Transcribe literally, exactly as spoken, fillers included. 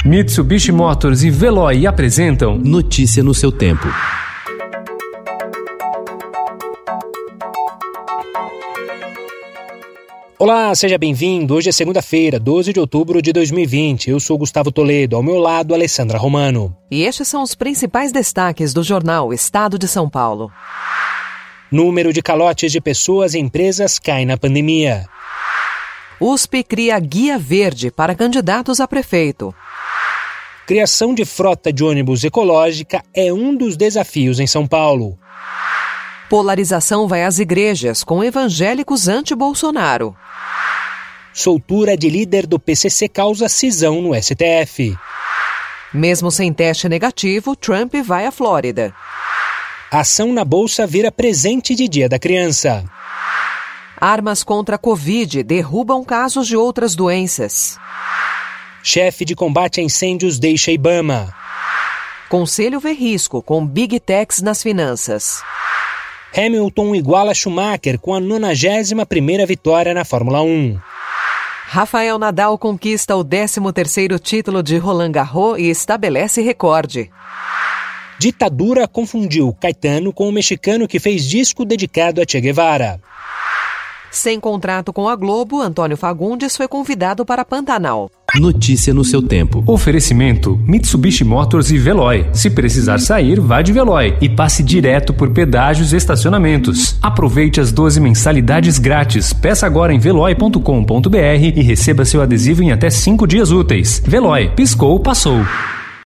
Mitsubishi Motors e Veloy apresentam Notícia no seu tempo. Olá, seja bem-vindo. Hoje é segunda-feira, doze de outubro de dois mil e vinte. Eu sou Gustavo Toledo, ao meu lado, Alessandra Romano. E estes são os principais destaques do jornal Estado de São Paulo. Número de calotes de pessoas e empresas cai na pandemia. U S P cria guia verde para candidatos a prefeito. Criação de frota de ônibus ecológica é um dos desafios em São Paulo. Polarização vai às igrejas com evangélicos anti-Bolsonaro. Soltura de líder do P C C causa cisão no S T F. Mesmo sem teste negativo, Trump vai à Flórida. Ação na Bolsa vira presente de Dia da Criança. Armas contra a Covid derrubam casos de outras doenças. Chefe de combate a incêndios deixa Ibama. Conselho vê risco com Big Techs nas finanças. Hamilton iguala Schumacher com a nonagésima primeira vitória na Fórmula um. Rafael Nadal conquista o décimo terceiro título de Roland Garros e estabelece recorde. Ditadura confundiu Caetano com o mexicano que fez disco dedicado a Che Guevara. Sem contrato com a Globo, Antônio Fagundes foi convidado para Pantanal. Notícia no seu tempo. Oferecimento Mitsubishi Motors e Veloy. Se precisar sair, vá de Veloy e passe direto por pedágios e estacionamentos. Aproveite as doze mensalidades grátis. Peça agora em veloy ponto com ponto br e receba seu adesivo em até cinco dias úteis. Veloy, piscou, passou.